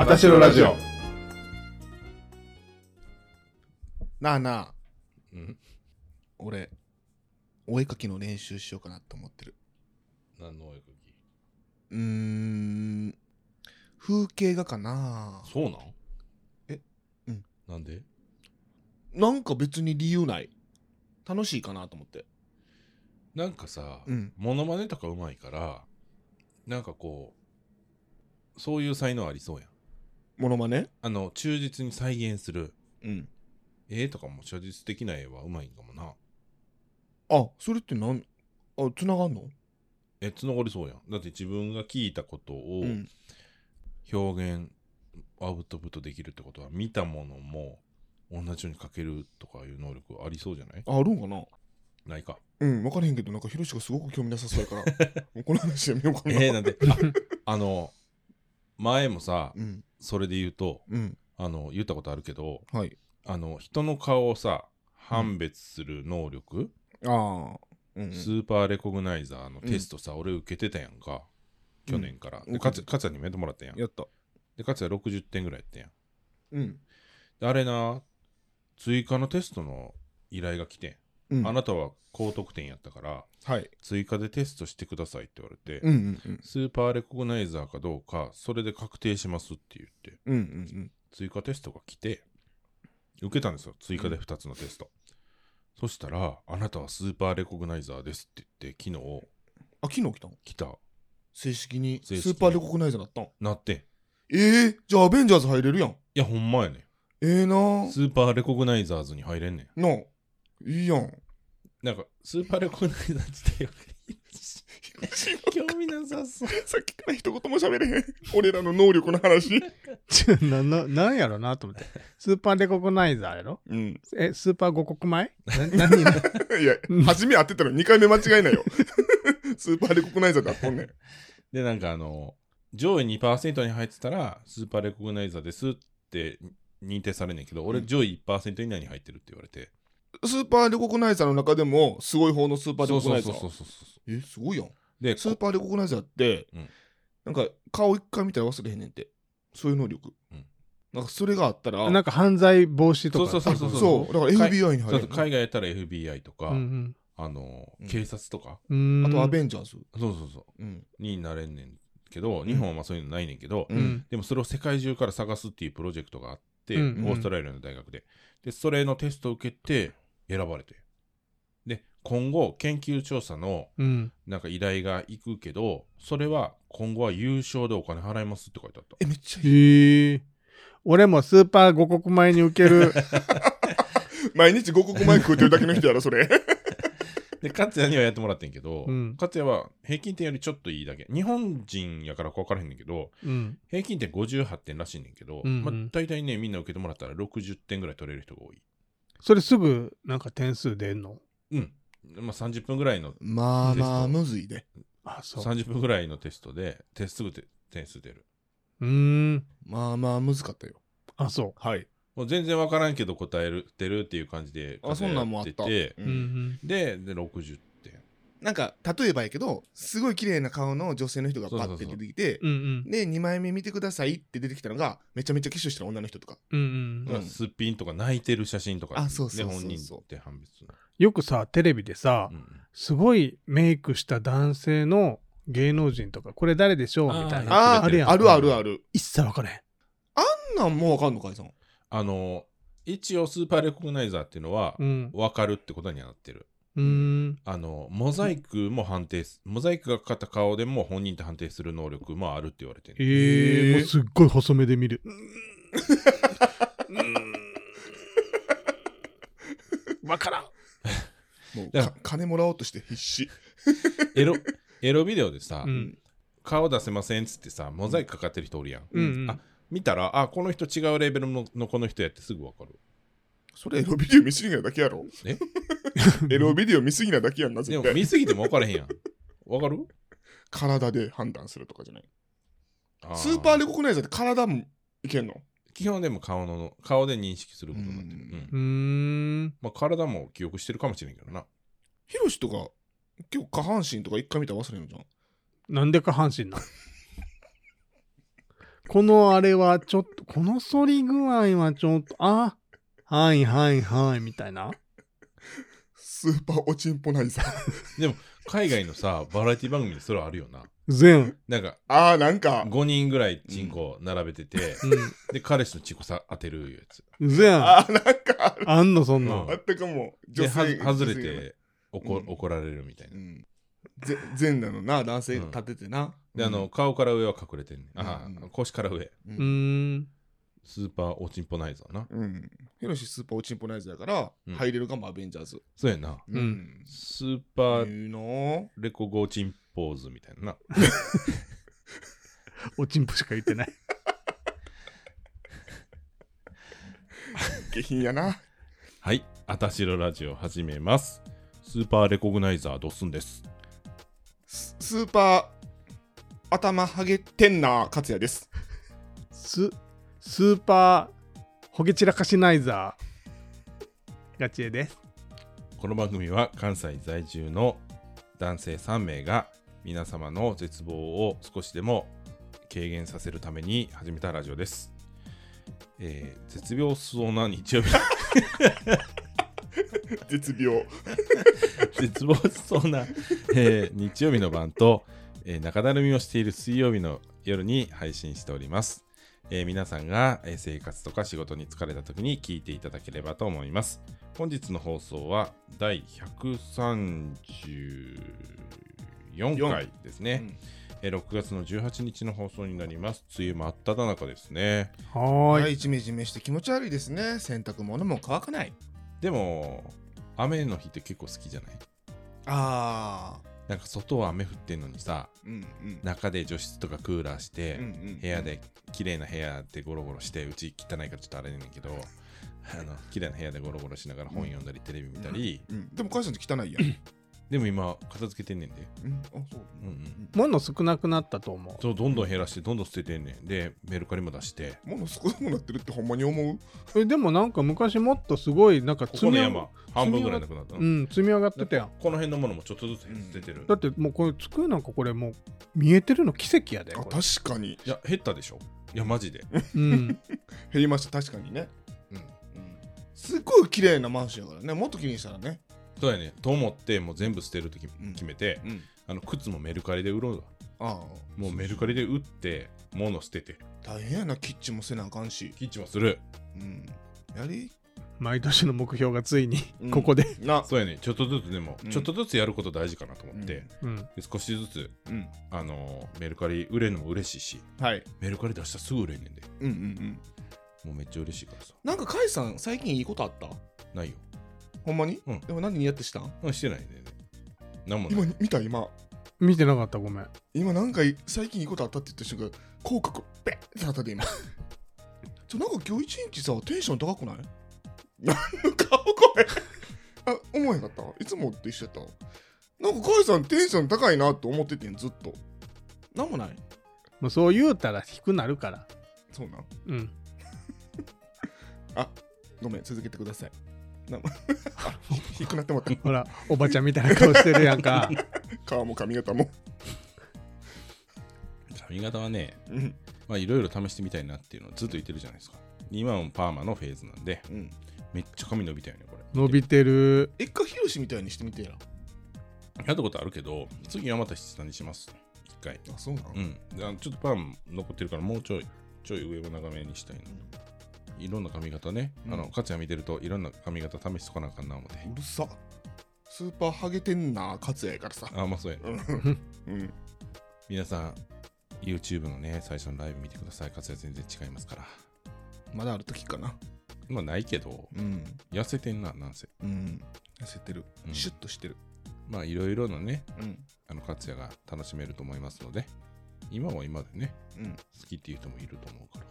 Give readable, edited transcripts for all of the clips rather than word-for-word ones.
あたしろラジオ。 なあなあ、 うん、 俺お絵かきの練習しようかなと思ってる。 何のお絵かき？ 風景画かな。 そうなん？ うん。 なんで？ なんか別に理由ない。楽しいかなと思って。 なんかさ、 うん。 モノマネとかうまいからなんかこうそういう才能ありそうやん。 モノマネ？ 忠実に再現するうん。 絵とかも写実的な絵はうまいんかもな。 あ、それって繋がんの？ つながりそうやん。だって自分が聞いたことをうん。 表現アウトプットできるってことは見たものも同じように描けるとかいう能力ありそうじゃない？ あるんかな。 ないか。 分からへんけど、なんかヒロシがすごく興味なさそうやからもうこの話やめようかな。 なんで前もさ、 うん。 それで言うとうん。 言ったことあるけど、 はい。 人の顔をさ判別する能力、 ああ。うん。 スーパーレコグナイザーのテストさ、俺受けてたやんか、去年から。で、かつやにもやってもらったやん。 やった。 で、かつや60点ぐらいやったやん。 うん。 で、あれな、追加のテストの依頼が来てん。 うん。 あなたは高得点やったから、 はい。 追加でテストしてくださいって言われて、 うんうんうん。 スーパーレコグナイザーかどうか、それで確定しますって言って、 うんうんうん。 追加テストが来て、受けたんですよ、追加で2つのテスト。そしたら、あなたはスーパーレコグナイザーですって言って、昨日、 昨日来たん？ 来た。 正式にス正式にーパーレコグナイザーなったん？ なってん。 じゃあアベンジャーズ入れるやん。 いや、ほんまやねなスーパーレコグナイザーズに入れんねん。 なあ、いいやん。 なんか、スーパーレコグナイザーズ自体は興味なさそう。 さっきから一言も喋れへん。俺らの能力の話。 なんやろなと思って。スーパーレコグナイザーやろ？ うん。 スーパー五穀米？何いや、初め当てたの2回目間違いないよ。スーパーレコグナイザーだったんねん。 で、なんか上位 2% に入ってたら、スーパーレコグナイザーですって認定されんねんけど、俺上位 1% 以内に入ってるって言われて。 スーパーレコグナイザーの中でも、すごい方のスーパーレコグナイザー。 そう。 すごいやん。 で、 スーパーレコグナイザーって、なんか顔一回見たら忘れへんねんって。そういう能力。なんかそれがあったら。 なんか犯罪防止とか。 そう。だから FBI に入る。 海外やったら FBI とか、警察とか。 あとアベンジャーズ。 そう。になれんねんけど、日本はまあそういうのないねんけど、でもそれを世界中から探すっていうプロジェクトがあって、オーストラリアの大学で。で、それのテストを受けて選ばれて。で、今後、研究調査のなんか依頼が行くけど、それは今後は優勝でお金払いますって書いてあった。 めっちゃいい。 俺もスーパー五穀米に受ける。 毎日五穀米食うてるだけの人やろ、それ。 で、勝也にはやってもらってんけど、勝也は平均点よりちょっといいだけ。日本人やから分からへんねんけど、平均点58点らしいねんけど、大体ね、みんな受けてもらったら60点ぐらい取れる人が多い。 それすぐなんか点数出んの？ まあ30分ぐらいのテスト。 まあむずいで。 そう。 30分ぐらいのテストですぐ点数出る。 まあ難かったよ。 そう。 はい。 もう全然分からんけど答えてるっていう感じでそんなんもあった。 で60点。 なんか例えばやけど、すごい綺麗な顔の女性の人がパッて出てきて、で2枚目見てくださいって出てきたのがめちゃめちゃキスした女の人とか、 すっぴんとか泣いてる写真とか、 そう本人って判別する。 よくさテレビでさ、すごいメイクした男性の芸能人とか、これ誰でしょうみたいな。 あるやん。ある。 一切分からへん。 あんなんもう分かんのかいさん。 一応スーパーレコグナイザーっていうのは分かるってことにはなってる。モザイクもモザイクがかかった顔でも本人って判定する能力もあるって言われてる。 もうすっごい細目で見る。分からん。 もう金もらおうとして必死。 エロビデオでさ、顔出せませんっつってさ、モザイクかかってる人おるやん。見たら、この人違うレベルのこの人やってすぐ分かる。 それエロビデオ見すぎなだけやろ。エロビデオ見すぎなだけやんな。 でも見すぎても分からへんやん。分かる？ 体で判断するとかじゃない。スーパーレコグナイザーって体もいけんの？ 基本でも顔で認識することになってる。まあ体も記憶してるかもしれんけどな。 ヒロシとか結構下半身とか一回見たら忘れんのじゃん。 なんで下半身なこのあれはちょっと、この反り具合はちょっと、はいはいはいみたいな。 スーパーおちんぽナイザー。 でも海外のさバラエティ番組でそれあるよな。なんかなんか 5人ぐらいチンコ並べてて、で彼氏のチンコさ当てるやつ。 なんかあんのそんな、 あったかも。 で外れて怒られるみたいな。 全裸のな男性立ててな。 で顔から上は隠れてんねん。腰から上。スーパーおちんぽナイザーな。 ヒロシスーパーおちんぽナイザーやから入れるかもアベンジャーズ。 そうやな。スーパーレコゴチンポーズみたいな。 おちんぽしか言ってない。 下品やな。 はい、あたしろラジオ始めます。スーパーレコグナイザードッスンです。 スーパー頭ハゲてんな勝也です。 スーパーほげ散らかしナイザーガチエです。 この番組は関西在住の男性3名が皆様の絶望を少しでも軽減させるために始めたラジオです。絶望しそうな日曜日絶望しそうな、日曜日の晩と、中だるみをしている水曜日の夜に配信しております。皆さんが生活とか仕事に疲れた時に聞いていただければと思います。本日の放送は第134回ですね。6月の18日の放送になります。梅雨真っ只中ですね。 はい、ジメジメして気持ち悪いですね。洗濯物も乾かない。 でも雨の日って結構好きじゃない？なんか外は雨降ってんのにさ、中で除湿とかクーラーして、部屋で綺麗な部屋でゴロゴロして、うち汚いからちょっとあれねんけど、綺麗な部屋でゴロゴロしながら本読んだり、テレビ見たり。 でも母さんって汚いやん。 でも今片付けてんねんで。 物少なくなったと思う。 そう、どんどん減らしてどんどん捨ててんねんで、メルカリも出して。 物少なくなってるってほんまに思う？でもなんか昔もっとすごいなんかここの山半分ぐらいなくなったの。積み上がってたやん。 この辺のものもちょっとずつ捨ててる。 だってもうこれ机なんかこれもう見えてるの奇跡やで。 確かに。 いや減ったでしょ。いやマジで。 減りました。確かにね。すっごい綺麗なマンションやからね。もっと綺麗にしたらね。 そうやね。と思ってもう全部捨てると決めて、靴もメルカリで売ろうわ。もうメルカリで売って物捨てて。 大変やな。キッチンもせなあかんし。 キッチンもする。 やり毎年の目標がついにここで、 そうやね。ちょっとずつでも、ちょっとずつやること大事かなと思って、で少しずつ、メルカリ売れるのも嬉しいし、メルカリ出したらすぐ売れんねんで。もうめっちゃ嬉しいからさ。 なんかカイさん最近いいことあった？ ないよ。 ほんまに？でも何似合ってしたん？ してないね。なんもない。 今見た？今見てなかった。ごめん。 今なんか最近いいことあったって言った瞬間口角ペッってなったで今。なんか今日一日さテンション高くない？何の顔これ思えなかった？いつもと一緒やった？なんかカイさんテンション高いなって思っててんずっと。なんもない？ もうそう言うたら低くなるから。 そうなん？ごめん続けてください。低くなってもった。 ほらおばちゃんみたいな顔してるやんか。 顔も髪型も。 髪型はね、いろいろ試してみたいなっていうのをずっと言ってるじゃないですか。今もパーマのフェーズなんで、めっちゃ髪伸びたよねこれ。 伸びてる。 一回ヒロシみたいにしてみてや。 やったことあるけど、次はまた七三にします。一回。 そうなの？ちょっとパーマ残ってるからもうちょい上を長めにしたいな。いろんな髪型ね、勝也見てるといろんな髪型試しとかなあかんな思って。 うるさ。スーパーハゲてんな勝也やからさ。 まあそうやね。皆さん YouTube のね最初のライブ見てください。勝也全然違いますから。 まだある時かな。 まあないけど、痩せてんななんせ。 痩せてる。シュッとしてる。 まあいろいろなね、勝也が楽しめると思いますので、今は今でね、好きっていう人もいると思うから。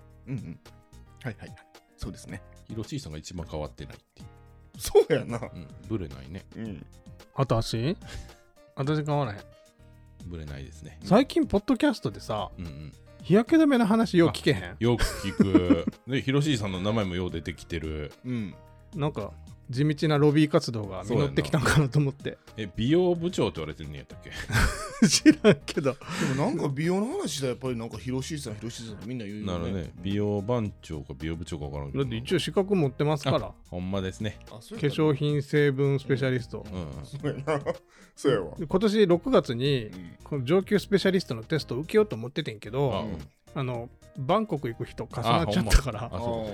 はいそうですね。 ヒロシーさんが一番変わってないっていう。 そうやな。 ブレないね。 私変わらへん。 ブレないですね。 最近ポッドキャストでさ、日焼け止めの話よう聞けへん？ よく聞く。でヒロシーさんの名前もよう出てきてる。 なんか地道なロビー活動が実ってきたのかなと思って。 美容部長って言われてるんやったっけ？ 知らんけど。 でもなんか美容の話だやっぱりなんか広しさんみんな言うよね。 なるほどね。美容番長か美容部長か分からんけど。 だって一応資格持ってますから。 ほんまですね。 化化粧品成分スペシャリスト。 そうやな。そうやわ。 今年6月にこの上級スペシャリストのテストを受けようと思っててんけど、バンコク行く人重なっちゃったから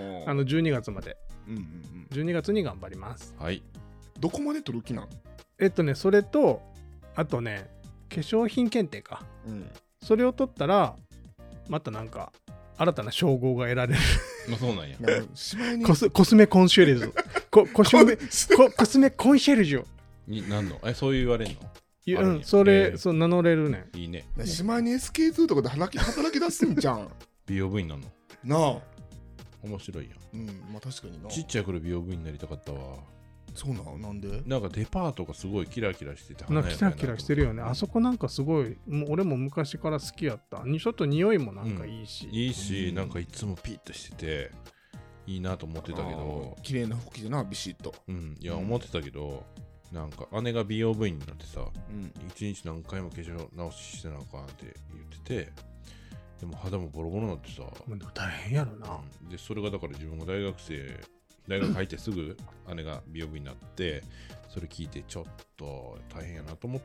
12月まで、12月に頑張ります。 はい。 どこまで取る気なん？ それとあとね、化粧品検定か、それを取ったらまたなんか新たな称号が得られる。 そうなんや。 コスメコンシェルジュコスメコンシェルジュになんの？そう言われんの？ そう名乗れるね。 いいね。 しまいに SK2 とかで働き出すんじゃん。 美容部員なの？ なあ。 面白いやん。 まあ確かにな。 ちっちゃい頃美容部員になりたかったわ。 そうなんで？ なんかデパートがすごいキラキラしてて、 キラキラしてるよね。あそこなんかすごい、もう俺も昔から好きやった。ちょっと匂いもなんかいいし。 いいし、なんかいつもピッとしてていいなと思ってたけど。 綺麗な服着てな、ビシッと。 いや思ってたけど、なんか姉が美容部員になってさ、一日何回も化粧直ししてなあかんって言ってて、でも肌もボロボロになってさ、 大変やろな。 でそれがだから自分が大学入ってすぐ姉が美容部になって、それ聞いてちょっと大変やなと思って、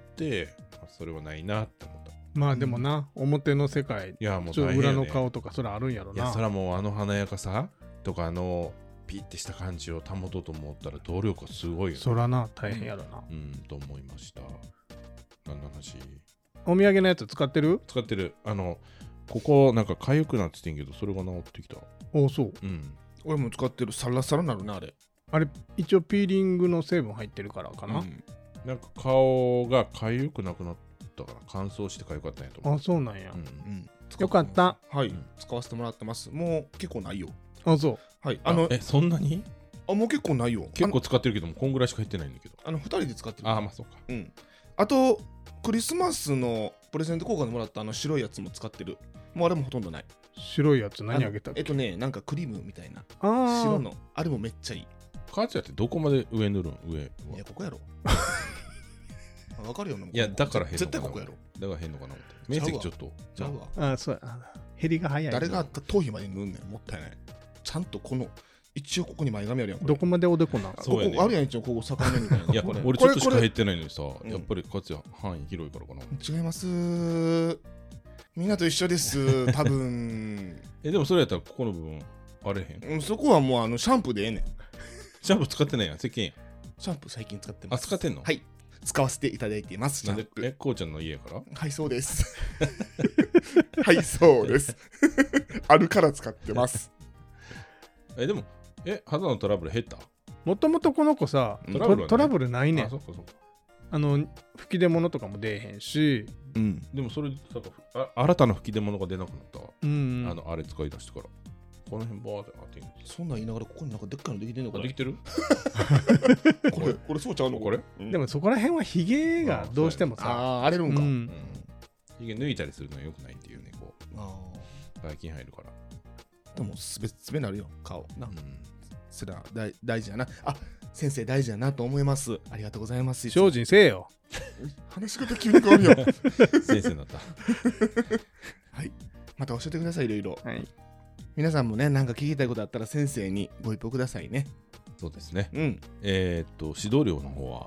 それはないなって思った。 まあでもな、表の世界、 いやもう大変やね、 裏の顔とかそれあるんやろな。 いやそれはもう華やかさとかピッてした感じを保とうと思ったら努力がすごいよね。 そらな、大変やろな。 と思いました。何の話？ お土産のやつ使ってる？ 使ってる。ここなんか痒くなっててんけど、それが治ってきた。 そう。 俺も使ってる。サラサラなるな、 あれ一応ピーリングの成分入ってるからかな。 なんか顔が痒くなくなったから、乾燥して痒かったんやと思う。 そうなんや。よかった。 はい、使わせてもらってます。もう結構ないよ。 そう。 はい。 そんなに？ もう結構ないよ。 結構使ってるけども、こんぐらいしか入ってないんだけど。 2人で使ってる。 まあそうか。 あとクリスマスのプレゼント交換でもらった白いやつも使ってる。もうあれもほとんどない。 白いやつ何あげたっけ？ なんかクリームみたいな白のあれもめっちゃいい。 母ちゃんってどこまで上塗るん？上は。 いやここやろ。わかるよな。 いやだから変のかな。 絶対ここやろ。 だから変のかな思って。面積ちょっと。 ちゃうわ。 そうや。減りが早い。 誰が頭皮まで塗んねん。もったいない。ちゃんと一応ここに前髪あるやん。 どこまでおでこな。 そうやね。 ここあるやん、一応ここ境目みたいな。 いや俺ちょっとしか減ってないのにさ、やっぱりかつや範囲広いからかな。 違います。みんなと一緒です多分。 でもそれやったらここの部分割れへん。 そこはもうシャンプーでええねん。 シャンプー使ってないやん、石鹸やん。 シャンプー最近使ってます。 使ってんの？ はい、使わせていただいています。 なんでこうちゃんの家から？ はいそうですはいそうですあるから使ってます。 でも肌のトラブル減った？ もともとこの子さトラブルないねん。 そっかそっか。 吹き出物とかも出えへんし、 でもそれ新たな吹き出物が出なくなったわ。あれ使い出してからこの辺バーってそんなん言いながらここになんかでっかいのできてんのかな。 できてるこれそうちゃうのこれ。 でもそこら辺はヒゲがどうしてもさ荒れるんか。 ヒゲ抜いたりするのはよくないっていうね。こうばい菌入るから。 でもすべなるよ顔な。それは大事やな。先生大事やなと思います。ありがとうございます。 精進せえよ。 話し方急に変わるよ。 先生になった。 はい。また教えてください、いろいろ。 はい。 皆さんもね、なんか聞きたいことあったら先生にご一報くださいね。 そうですね。指導料の方は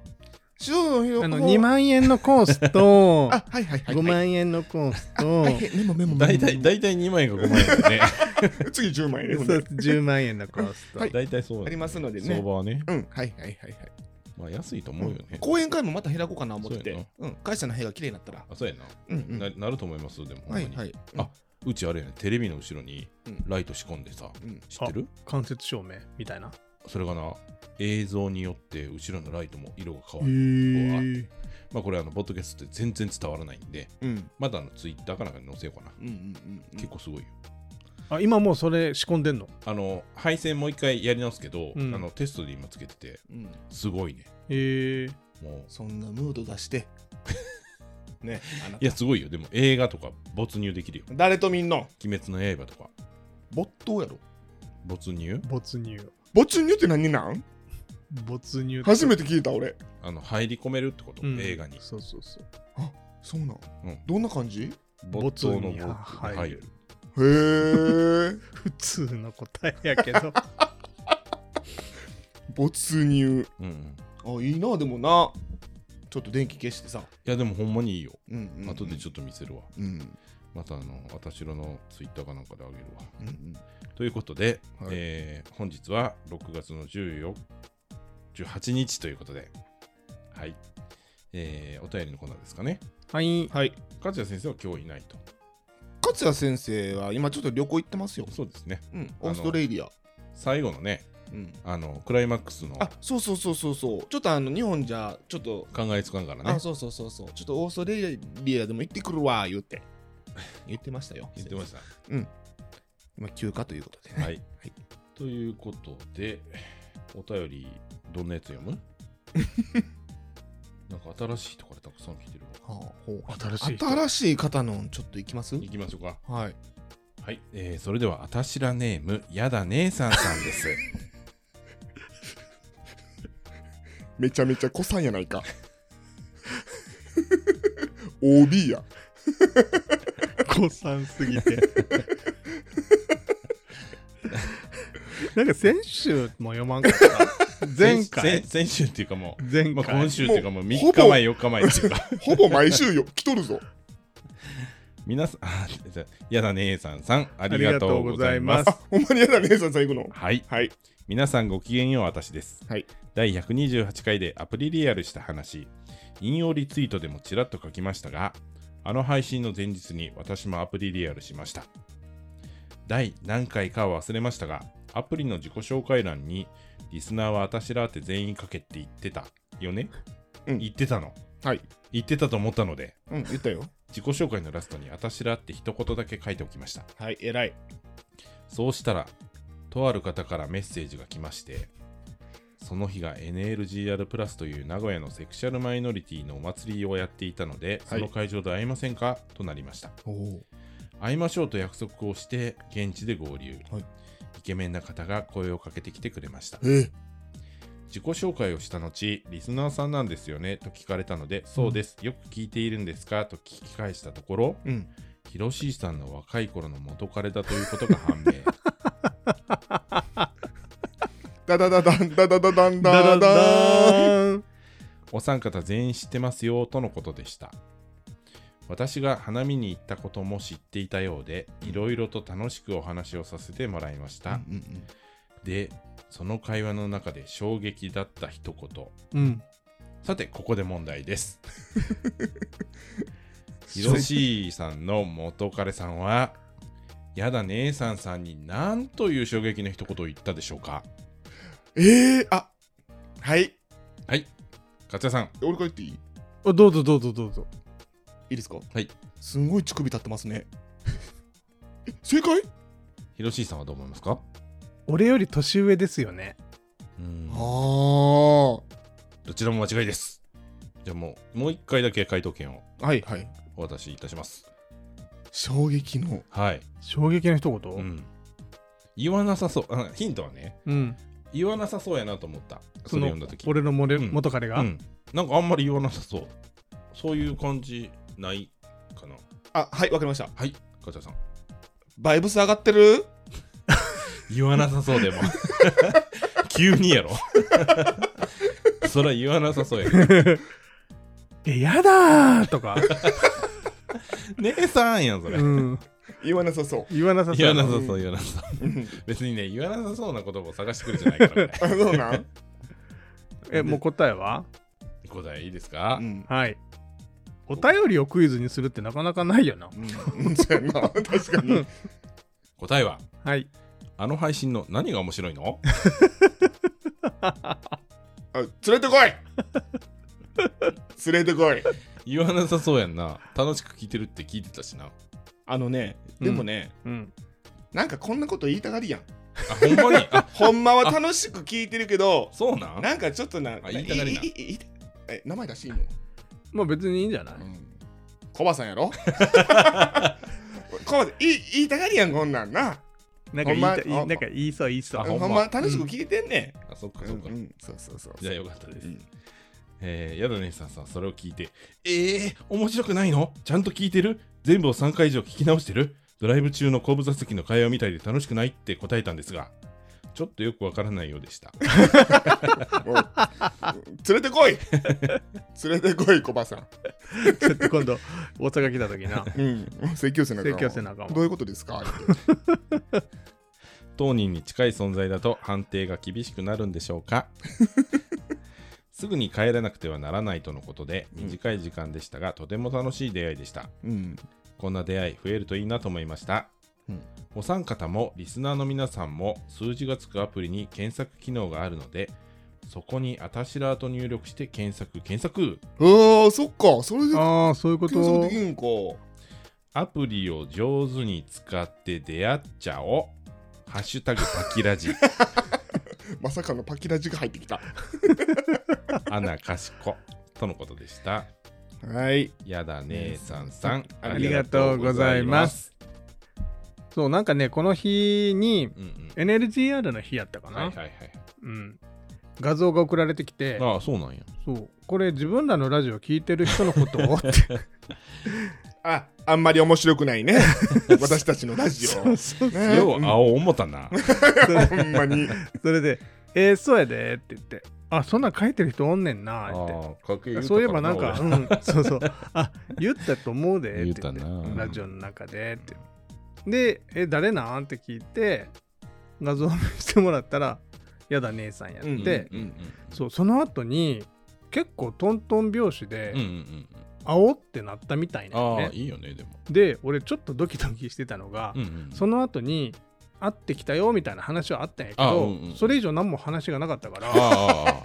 2万円のコースと5万円のコースと大体2万円か5万円だね。 次10万円ね。 そう10万円のコースと大体そうありますのでね。 相場はね。 はいまあ安いと思うよね。 講演会もまた開こうかな思ってて、会社の部屋が綺麗になったら。 そうやな。なると思います。でもはい。 うちあれやね、テレビの後ろにライト仕込んでさ、知ってる？ 間接照明みたいな。 それがな、映像によって後ろのライトも色が変わる。まあこれポッドキャストって全然伝わらないんで、まだツイッターかなんかに載せようかな。結構すごいよ。 今もうそれ仕込んでんの？ 配線もう一回やり直すけど、テストで今つけてて、すごいね。 もうそんなムード出してね。 いやすごいよ。でも映画とか没入できるよ。 誰と見んの？ 鬼滅の刃とか。 没頭やろ。 没入って何なん？ 没入初めて聞いた俺。 入り込めるってこと、映画に。 そう。 そうなん、どんな感じ？ 没頭の没に入る。 へー普通の答えやけど没入、あ、いいな。でもな、ちょっと電気消してさ。 いやでもほんまにいいよ。後でちょっと見せるわ。また私のツイッターかなんかであげるわ。ということで、本日は6月の18日ということで、はい、お便りのコーナーですかね。 はいはい。 勝谷先生は今日いないと。 勝谷先生は今ちょっと旅行行ってますよ。 そうですね。 オーストラリア。 最後のね、クライマックスの。 あ、そう。ちょっと日本じゃちょっと考えつかんからね。 あ、そう。ちょっとオーストラリアでも行ってくるわ言ってましたよ。 言ってました。 今休暇ということでね。はい。 ということで、お便りどんなやつ読む？なんか新しいところたくさん来てるわ。 新しい方のちょっと行きます？ 行きましょうか。 はい。 はい、それではあたしらネームやだ姉さんさんです。 めちゃめちゃ子さんやないか。OB や。 子さんすぎて。なんか先週も読まんかった。前回先週っていうかもう前回、 今週っていうかもう3日前4日前っていうかほぼ毎週来とるぞ。 皆さん、やだ姉さんありがとうございます。 ほんまにやだ姉さん行くの？ はい。皆さんごきげんよう、私です。第128回でアプリリアルした話、引用リツイートでもちらっと書きましたが、配信の前日に私もアプリリアルしました。第何回かは忘れましたが、アプリの自己紹介欄にリスナーは私らって全員書けって言ってたよね？言ってたの。言ってたと思ったので、 言ったよ。 自己紹介のラストにあたしらって一言だけ書いておきました。 偉い。 そうしたらとある方からメッセージが来まして、その日が NLGR プラスという名古屋のセクシャルマイノリティのお祭りをやっていたので、その会場で会いませんかとなりました。会いましょうと約束をして現地で合流。イケメンな方が声をかけてきてくれました。自己紹介をした後、リスナーさんなんですよねと聞かれたので、そうです、よく聞いているんですかと聞き返したところ、ヒロシーさんの若い頃の元彼だということが判明。 ダダダダンダダダダンダダダン。 お三方全員知ってますよとのことでした。私が花見に行ったことも知っていたようで、いろいろと楽しくお話をさせてもらいました。で、その会話の中で衝撃だった一言。さて、ここで問題です。ヒロシーさんの元彼さんは、やだ姉さんさんに何という衝撃の一言を言ったでしょうか？ はい。 勝谷さん。 俺から言っていい？ どうぞ。 いいですか？ はい。 すんごい乳首立ってますね。正解？ ヒロシーさんはどう思いますか？ 俺より年上ですよね。 どちらも間違いです。じゃあもう一回だけ回答権をお渡しいたします。 衝撃の衝撃の一言、 言わなさそう。ヒントはね、言わなさそうやなと思った。それ読んだ時、 俺の元彼が、 なんかあんまり言わなさそう。そういう感じないかな。 はい、わかりました。 はい、勝谷さん。 バイブス上がってる？ 言わなさそうでも急にやろ。そら言わなさそうややだーとか姉さんやんそれ、 言わなさそう。 言わなさそう別にね、言わなさそうな言葉を探してくるじゃないからそうなん？ もう答えは？ 答えいいですか？ はい。お便りをクイズにするってなかなかないよな。 そうやな、確かに。 答えは、配信の何が面白いの？ 連れてこい連れてこい。 言わなさそうやんな。楽しく聞いてるって聞いてたしな。 でもね、なんかこんなこと言いたがりやん。 ほんまにほんまは楽しく聞いてるけど、 そうなん？ なんかちょっと言いたがりな。 名前出していいの？ まあ別にいいんじゃない？ コバさんやろ？コバ言いたがりやん、こんなんな。 なんか言いそう。 ほんま楽しく聞いてんね。 そっか。 そう。 じゃあよかったです。 やだ姉さんさ、それを聞いて、面白くないの？ちゃんと聞いてる？全部を3回以上聞き直してる？ドライブ中の後部座席の会話みたいで楽しくないって答えたんですが、ちょっとよくわからないようでした。 連れてこい連れてこい、コバさん。 ちょっと今度、大阪来た時な。 請求せなあかん。 どういうことですか？ 当人に近い存在だと判定が厳しくなるんでしょうか？すぐに帰らなくてはならないとのことで、短い時間でしたが、とても楽しい出会いでした。こんな出会い増えるといいなと思いました。お三方もリスナーの皆さんも数字がつくアプリに検索機能があるので、そこにあたしらと入力して検索。 そっか、それでそういうこと。 検索できんか。 アプリを上手に使って出会っちゃおう。ハッシュタグパキラジ。 まさかのパキラジが入ってきた。 アナかしことのことでした。 はい。 やだ姉さんさん、 ありがとうございます。そう、なんかね、この日に、NLGR の日やったかな。画像が送られてきて、 そうなんや。 そう、これ自分らのラジオ聞いてる人のことをってあんまり面白くないね。私たちのラジオ。 よう青思ったな。 ほんまに。 それで、そうやでって言って、そんなん書いてる人おんねんなって。そういえばなんか、そうそう。言ったと思うでって言って、ラジオの中でって。で、誰なんって聞いて、画像を見せてもらったら、やだ姉さんやって、その後に、結構トントン拍子で、青ってなったみたいなんね。 いいよね、でも。 で、俺ちょっとドキドキしてたのが、その後に、会ってきたよみたいな話はあったんやけど、それ以上何も話がなかったから、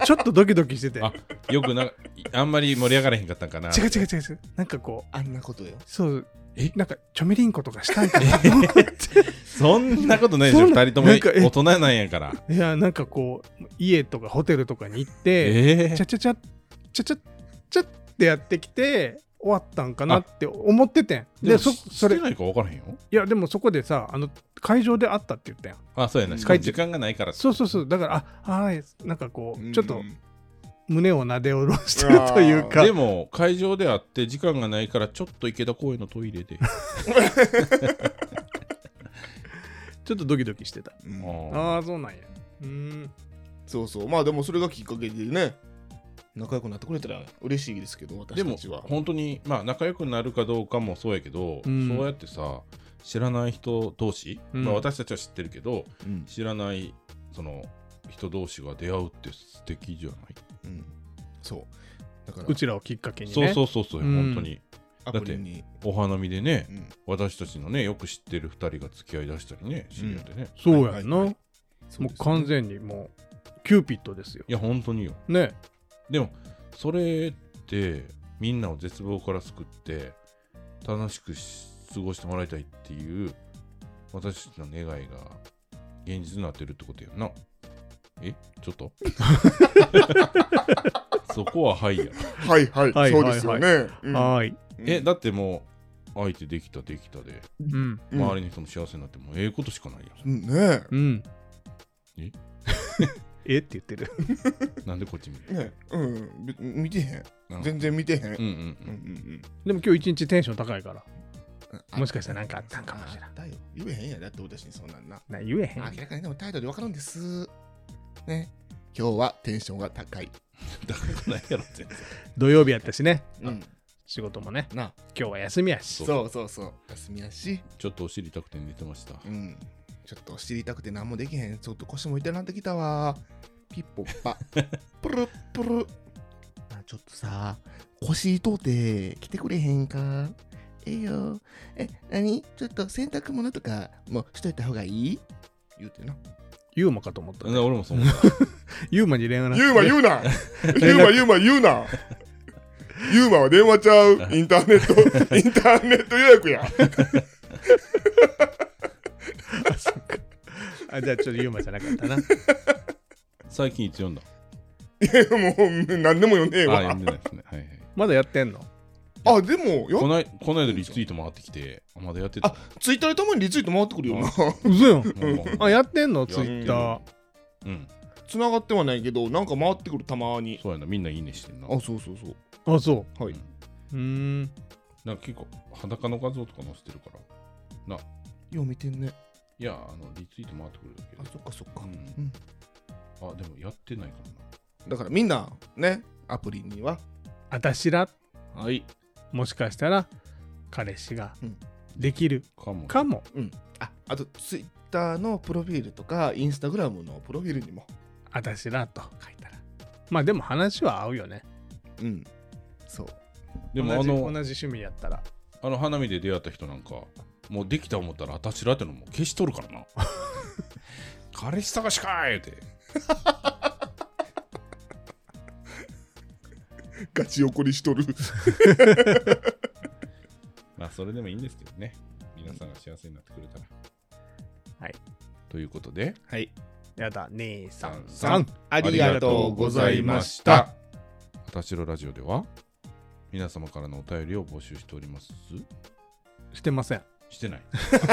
ちょっとドキドキしてて。 よくあんまり盛り上がらへんかったんかな。 違う。なんかこう、 あんなことよ。 そう。なんかちょめりんことかしたんかなと思ってそんなことないでしょ、2人とも大人なんやから。 いや、なんかこう家とかホテルとかに行って、ちゃってやってきて終わったんかなって思っててん。 でそれないか分からへんよ。 いやでもそこでさ、会場で会ったって言ったやん。 そうやな、しかも時間がないから。 そうだからなんかこうちょっと胸をなで下ろしてるというか。 でも会場であって時間がないから、ちょっと池田公園のトイレでちょっとドキドキしてた。そうなんや。 そうまあでもそれがきっかけでね、仲良くなってくれたら嬉しいですけど、私たちは。 でも本当に仲良くなるかどうかもそうやけど、そうやってさ、知らない人同士、私たちは知ってるけど、知らないその人同士が出会うって素敵じゃない？ そうだからうちらをきっかけにね。 そう本当に。だってお花見でね、私たちのねよく知ってる2人が付き合いだしたりね、知り合ってね。 そうやんな。もう完全にもうキューピッドですよ。 いや本当によね。 でもそれってみんなを絶望から救って楽しく過ごしてもらいたいっていう私たちの願いが現実になってるってことやんな。ちょっとそこははいや。 はいそうですよね。 はい。 だってもう相手できたで、周りの人も幸せになってもことしかないやん。 ねえって言ってる。 なんでこっち見る？ ね、見てへん。全然見てへん。 でも今日一日テンション高いから。もしかしたらなんかあったんかもしれない。 言えへんやだって私にそんなんな。 言えへん。 明らかにでも態度で分かるんです。ね。今日はテンションが高い。 だからないやろ全然。 土曜日やったしね。仕事もね。今日は休みやし。 そう休みやし。 ちょっとお尻痛くて寝てました。 ちょっと知りたくて何もできへん。ちょっと腰も痛なってきたわ。ピッポッパプルプル。ちょっとさ、腰痛うて来てくれへんか？何？ちょっと洗濯物とかもしといた方がいい？言うてな。 ユーマかと思った。 俺もそう思った。 ユーマに恋愛な。 ユーマ言うな。ユーな。ユーマは電話ちゃう。インターネット予約や。 じゃあちょっとユーマじゃなかったな。 最近いつ読んだ？ もう何でも読んでえわ。 読んでないですね。はい。 まだやってんの？ でもこの間リツイート回ってきて、まだやってた。 ツイッターでたまにリツイート回ってくるよな。 うそやん。やってんの？ツイッター。 繋がってはないけどなんか回ってくるたまに。 そうやな、みんないいねしてんな。 あ、そうそうそう。 あ、そう。 はい。 なんか結構裸の画像とか載せてるからな。 よう見てんね。 いや、リツイート回ってくるだけで。 あ、そっかそっか。 あ、でもやってないかもな。 だからみんなね、アプリにはあたしら、 はい、 もしかしたら彼氏ができるかも。 あとツイッターのプロフィールとかインスタグラムのプロフィールにもあたしらと書いたら、まあでも話は合うよね。 そう。 でも同じ趣味やったら、 花見で出会った人なんかもうできた思ったらあたしらってのも消しとるからな。彼氏探しかーってガチ怒りしとる。 まあそれでもいいんですけどね、皆さんが幸せになってくれたら。 はい。 ということで、 はい。 やだ姉さんさん、ありがとうございました。 あたしろラジオでは皆様からのお便りを募集しております。 してません。 してない。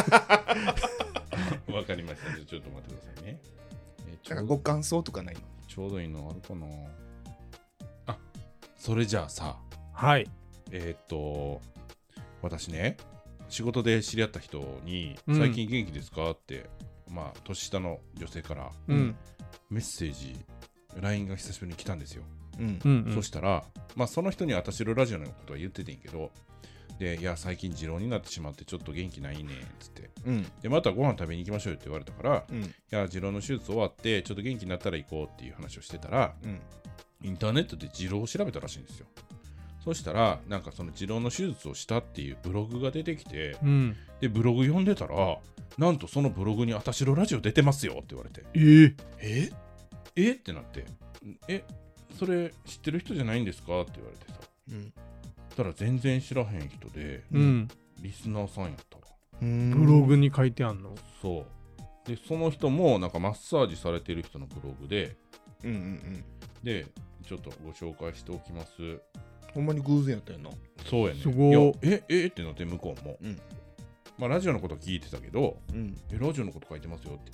わかりました。ちょっと待ってくださいね。 なんかご感想とかないの？ ちょうどいいのあるかな。あ、それじゃあさ、 はい。 私ね、仕事で知り合った人に、最近元気ですかって、まあ年下の女性からメッセージ、LINE が久しぶりに来たんですよ。そしたら、まあその人にはあたしろラジオのことは言っててんけど、で、いや最近痔瘻になってしまってちょっと元気ないねっつって、でまたご飯食べに行きましょうよって言われたから、いや痔瘻の手術終わってちょっと元気になったら行こうっていう話をしてたら、インターネットで痔瘻を調べたらしいんですよ。そしたらなんかその痔瘻の手術をしたっていうブログが出てきて、でブログ読んでたら、なんとそのブログにあたしろラジオ出てますよって言われて、ってなって、それ知ってる人じゃないんですかって言われてさ、たら全然知らへん人で、リスナーさんやったわ。 ブログに書いてあんの？ そうで、その人もなんかマッサージされてる人のブログで、でちょっとご紹介しておきます。 ほんまに偶然やったよな。 そうやね。 すごい。 ってなって向こうも、まあラジオのこと聞いてたけど、ラジオのこと書いてますよって。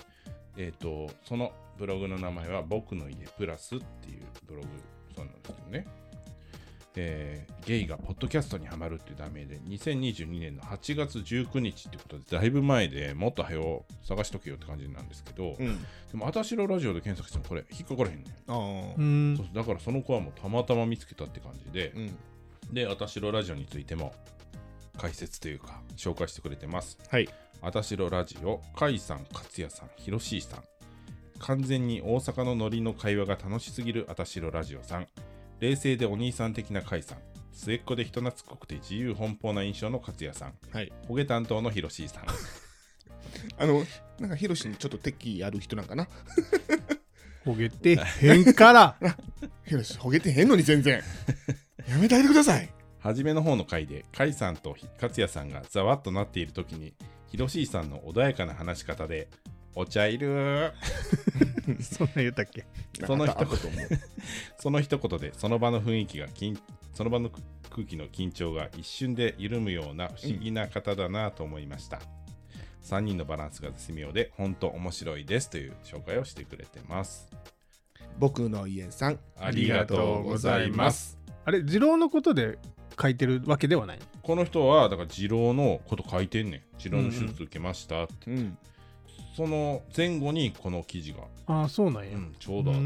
そのブログの名前は僕の家プラスっていうブログさんなんですけどね。ゲイがポッドキャストにハマるっていう題名で2022年の8月19日ってことでだいぶ前で、もっと早う探しとけよって感じなんですけど、でもあたしろラジオで検索してもこれ引っかからへんねん。そうだからその子はもうたまたま見つけたって感じで、であたしろラジオについても解説というか紹介してくれてます。 はい。 あたしろラジオ、甲斐さん、勝也さん、ひろしーさん、完全に大阪のノリの会話が楽しすぎるあたしろラジオさん、冷静でお兄さん的な甲斐さん、末っ子で人懐っこくて自由奔放な印象の勝也さん、ホゲ担当のひろしーさん。 なんかひろしにちょっと敵ある人なんかな。 ほげてへんからひろしほげてへんのに全然やめてあげてください。 初めの方の回で甲斐さんと勝也さんがざわっとなっている時に、ひろしーさんの穏やかな話し方でお茶いるそんな言ったっけ。 その一言でその場の雰囲気がその場の空気の緊張が一瞬で緩むような不思議な方だなと思いました。3人のバランスが絶妙で本当面白いですという紹介をしてくれてます。 僕の家さん、 ありがとうございます。 あれ、痔瘻のことで書いてるわけではない？ この人はだから痔瘻のこと書いてんねん。痔瘻の手術受けましたって、その前後にこの記事がそうなんや、 ちょうどあって、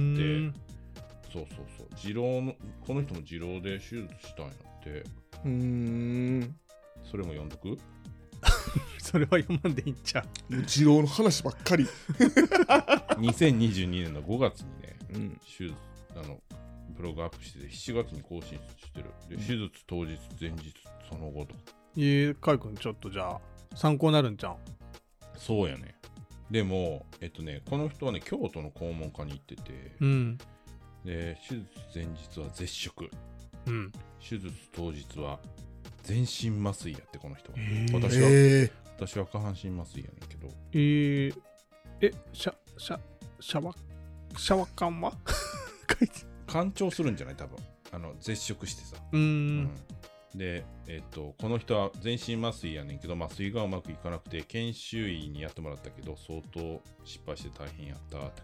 そう痔瘻のこの人も痔瘻で手術したんやって。それも読んどく？ それは読まんでいいんちゃう。 痔瘻の話ばっかり。 2022年の5月にね、手術ブログアップしてて7月に更新してる。で、手術当日前日その後と。 カイ君ちょっとじゃあ参考になるんじゃん。 そうやね。でもこの人はね京都の肛門科に行ってて、で手術前日は絶食、手術当日は全身麻酔やって。この人は、私は下半身麻酔やねんけど、 シャワ感は干潮するんじゃない多分絶食してさ、 で、この人は全身麻酔やねんけど、麻酔がうまくいかなくて研修医にやってもらったけど相当失敗して大変やったって。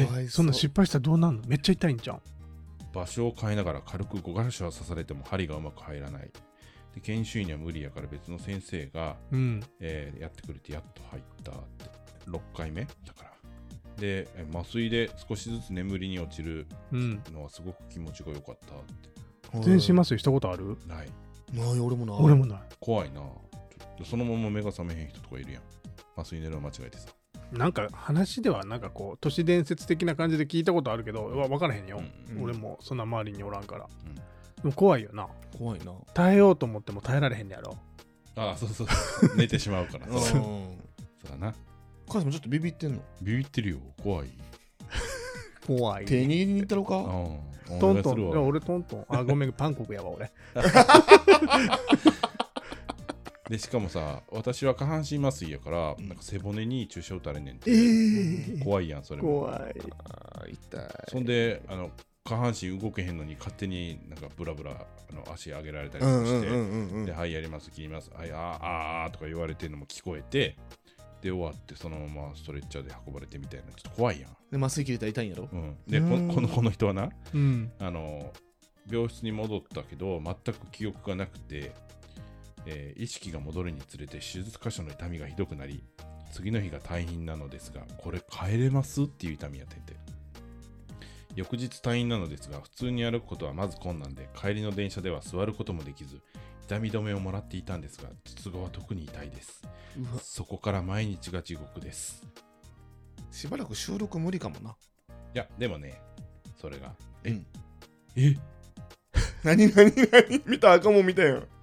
かわいそう。 そんな失敗したらどうなんの？めっちゃ痛いんじゃん。 場所を変えながら軽く5箇所は刺されても針がうまく入らない。で研修医には無理やから別の先生が、やってくれてやっと入ったって。6回目だから。で麻酔で少しずつ眠りに落ちるのはすごく気持ちが良かったって。 全身麻酔したことある？ ない。 俺もない。 俺もない。 怖いな。そのまま目が覚めへん人とかいるやん。麻酔寝るの間違えてさ。 なんか話ではなんかこう都市伝説的な感じで聞いたことあるけど分からへんよ、俺もそんな周りにおらんから、でも怖いよな。 怖いな。 耐えようと思っても耐えられへんねやろ。 ああそうそう寝てしまうからそうだな。 母さんもちょっとビビってんの？ ビビってるよ。怖い怖い。 手握りに行ったろか。 トントン。俺トントン。あごめん韓国やわ俺でしかもさ、私は下半身麻酔やから、なんか背骨に注射打たれんねんて。怖いやんそれも。 怖い。 痛い。 そんで下半身動けへんのに勝手になんかブラブラ足上げられたりとかして、ではいやります切りますはいあーとか言われてるのも聞こえて、で終わってそのままストレッチャーで運ばれてみたいな。ちょっと怖いやん。 で麻酔切れたら痛いんやろ。 でこの人はな、病室に戻ったけど全く記憶がなくて、意識が戻るにつれて手術箇所の痛みがひどくなり、次の日が退院なのですが、これ帰れますっていう痛みやってて、翌日退院なのですが、普通に歩くことはまず困難で、帰りの電車では座ることもできず、痛み止めをもらっていたんですが、術後は特に痛いです。そこから毎日が地獄です。 しばらく収録無理かもな。いやでもね、それが何見た赤も見たよ。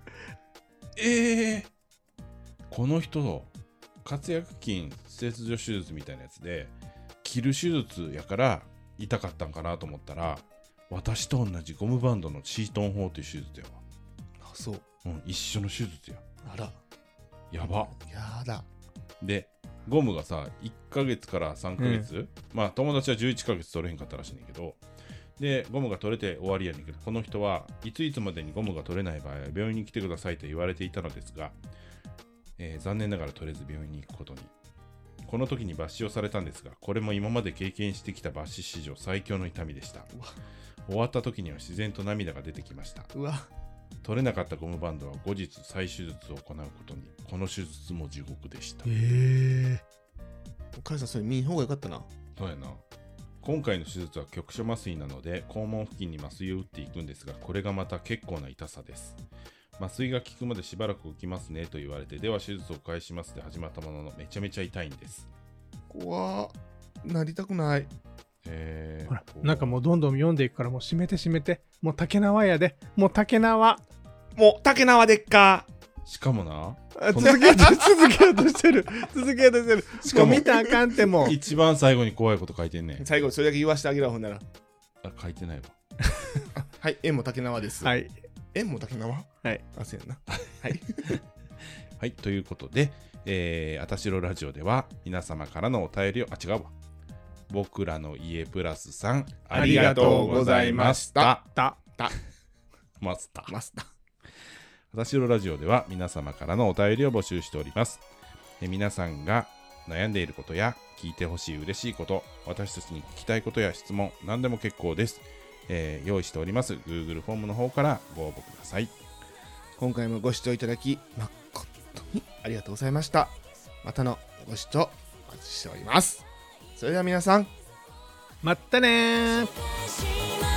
この人括約筋切除手術みたいなやつで切る手術やから痛かったんかなと思ったら、私と同じゴムバンドのシートン法という手術やわ。 あ、そう。 一緒の手術や。 あらやば。 やだ。 でゴムがさ1ヶ月から3ヶ月、まあ友達は11ヶ月取れへんかったらしいねんけど、でゴムが取れて終わりやねんけど、この人はいつまでにゴムが取れない場合は病院に来てくださいと言われていたのですが、残念ながら取れず病院に行くことに。この時に抜歯をされたんですが、これも今まで経験してきた抜歯史上最強の痛みでした。終わった時には自然と涙が出てきました。取れなかったゴムバンドは後日再手術を行うことに。この手術も地獄でした。 お母さんそれ見ん方がよかったな。 そうやな。今回の手術は局所麻酔なので肛門付近に麻酔を打っていくんですが、これがまた結構な痛さです。麻酔が効くまでしばらく浮きますねと言われて、では手術を開始ますで始まったものの、めちゃめちゃ痛いんです。 怖なりたくない。 ほらなんかもうどんどん読んでいくから、もう閉めてもう竹縄やで、もう竹縄でっか。 しかもな、 続けようとしてるしかも見たらあかんっても一番最後に怖いこと書いてんねん。 最後それだけ言わしてあげろ。ほんなら書いてないわはい、縁も竹縄です。 はい、 縁も竹縄。 はい、 あ、そうやなはいはい、ということで、あたしろラジオでは皆様からのお便りを違うわ、僕らの家プラスさんありがとうございました。マスター。あたしろラジオでは皆様からのお便りを募集しております。皆さんが悩んでいることや聞いてほしい嬉しいこと、私たちに聞きたいことや質問、何でも結構です。用意しております Google フォームの方からご応募ください。 今回もご視聴いただき誠にありがとうございました。またのご視聴お待ちしております。それでは皆さん、 まったねー。